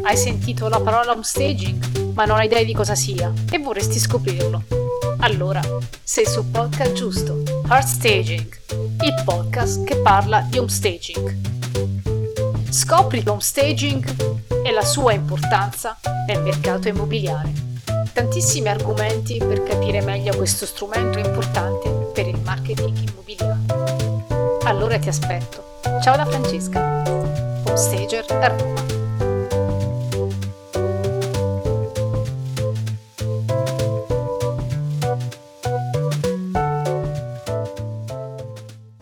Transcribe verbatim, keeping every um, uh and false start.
Hai sentito la parola homestaging, ma non hai idea di cosa sia e vorresti scoprirlo? Allora, sei sul podcast giusto, Heartstaging, il podcast che parla di homestaging. Scopri l'homestaging e la sua importanza nel mercato immobiliare. Tantissimi argomenti per capire meglio questo strumento importante per il marketing immobiliare. Allora ti aspetto. Ciao da Francesca, homestager da Roma.